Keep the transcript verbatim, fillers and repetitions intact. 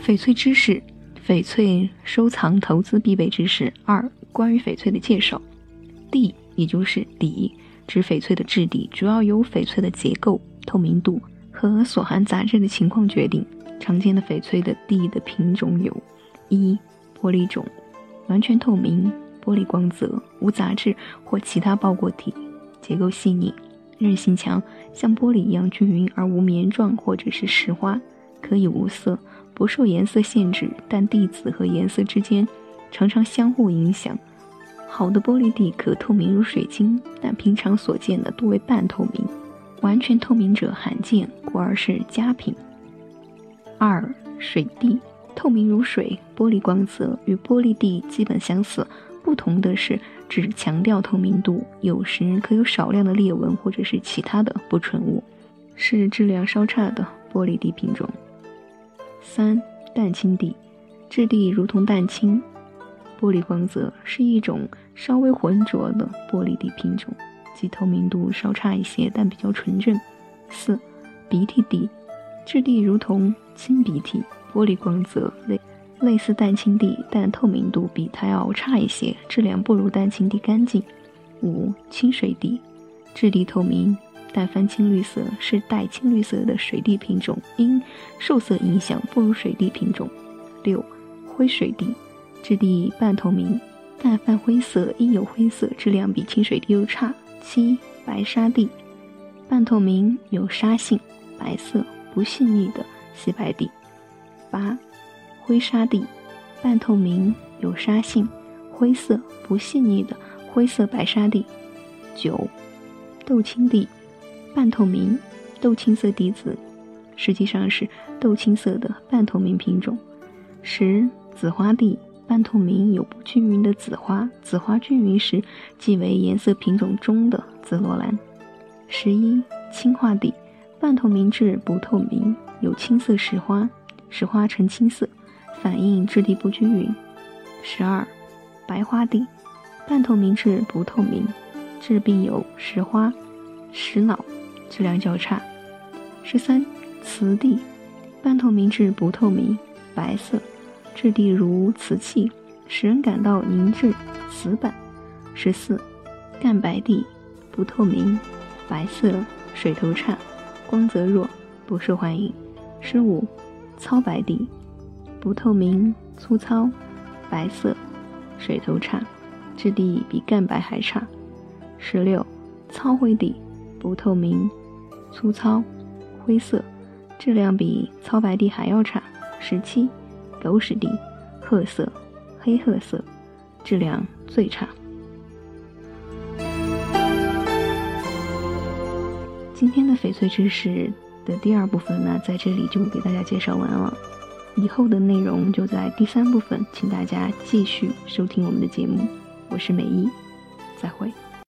翡翠知识，翡翠收藏投资必备知识。二、关于翡翠的介绍。地也就是底，指翡翠的质地，主要由翡翠的结构、透明度和所含杂质的情况决定。常见的翡翠的地的品种有：一、玻璃种，完全透明，玻璃光泽，无杂质或其他包裹体，结构细腻，韧性强，像玻璃一样均匀而无棉状或者是石花，可以无色，不受颜色限制，但地子和颜色之间常常相互影响。好的玻璃地可透明如水晶，但平常所见的多为半透明，完全透明者罕见，故而是佳品。二、水地，透明如水，玻璃光泽，与玻璃地基本相似，不同的是只强调透明度，有时可有少量的裂纹或者是其他的不纯物，是质量稍差的玻璃地品种。三、淡青地，质地如同淡青，玻璃光泽，是一种稍微浑浊的玻璃地品种，其透明度稍差一些，但比较纯正。四、鼻涕地，质地如同青鼻涕，玻璃光泽，类类似淡青地，但透明度比它要差一些，质量不如淡青地干净。五、清水地，质地透明，但泛青绿色，是带青绿色的水地品种，因受色影响不如水地品种。六、灰水地，质地半透明，但泛灰色，因有灰色，质量比清水地又差。七、白沙地，半透明，有沙性，白色，不细腻的细白地。八、灰沙地，半透明，有沙性，灰色，不细腻的灰色白沙地。九、豆青地，半透明，豆青色地子，实际上是豆青色的半透明品种。十、紫花地，半透明，有不均匀的紫花，紫花均匀时即为颜色品种中的紫罗兰。十一、青花地，半透明至不透明，有青色石花，石花呈青色，反映质地不均匀。十二、白花地，半透明至不透明，质并有石花、石脑，质量较差。十三、瓷地，半透明至不透明，白色，质地如瓷器，使人感到凝滞、死板。十四、干白地，不透明，白色，水头差，光泽弱，不受欢迎。十五、糙白地，不透明，粗糙，白色，水头差，质地比干白还差。十六、糙灰地，不透明，粗糙，灰色，质量比糙白地还要差。十七、狗屎地，褐色，黑褐色，质量最差。今天的翡翠知识的第二部分呢，在这里就给大家介绍完了，以后的内容就在第三部分，请大家继续收听我们的节目。我是美一，再会。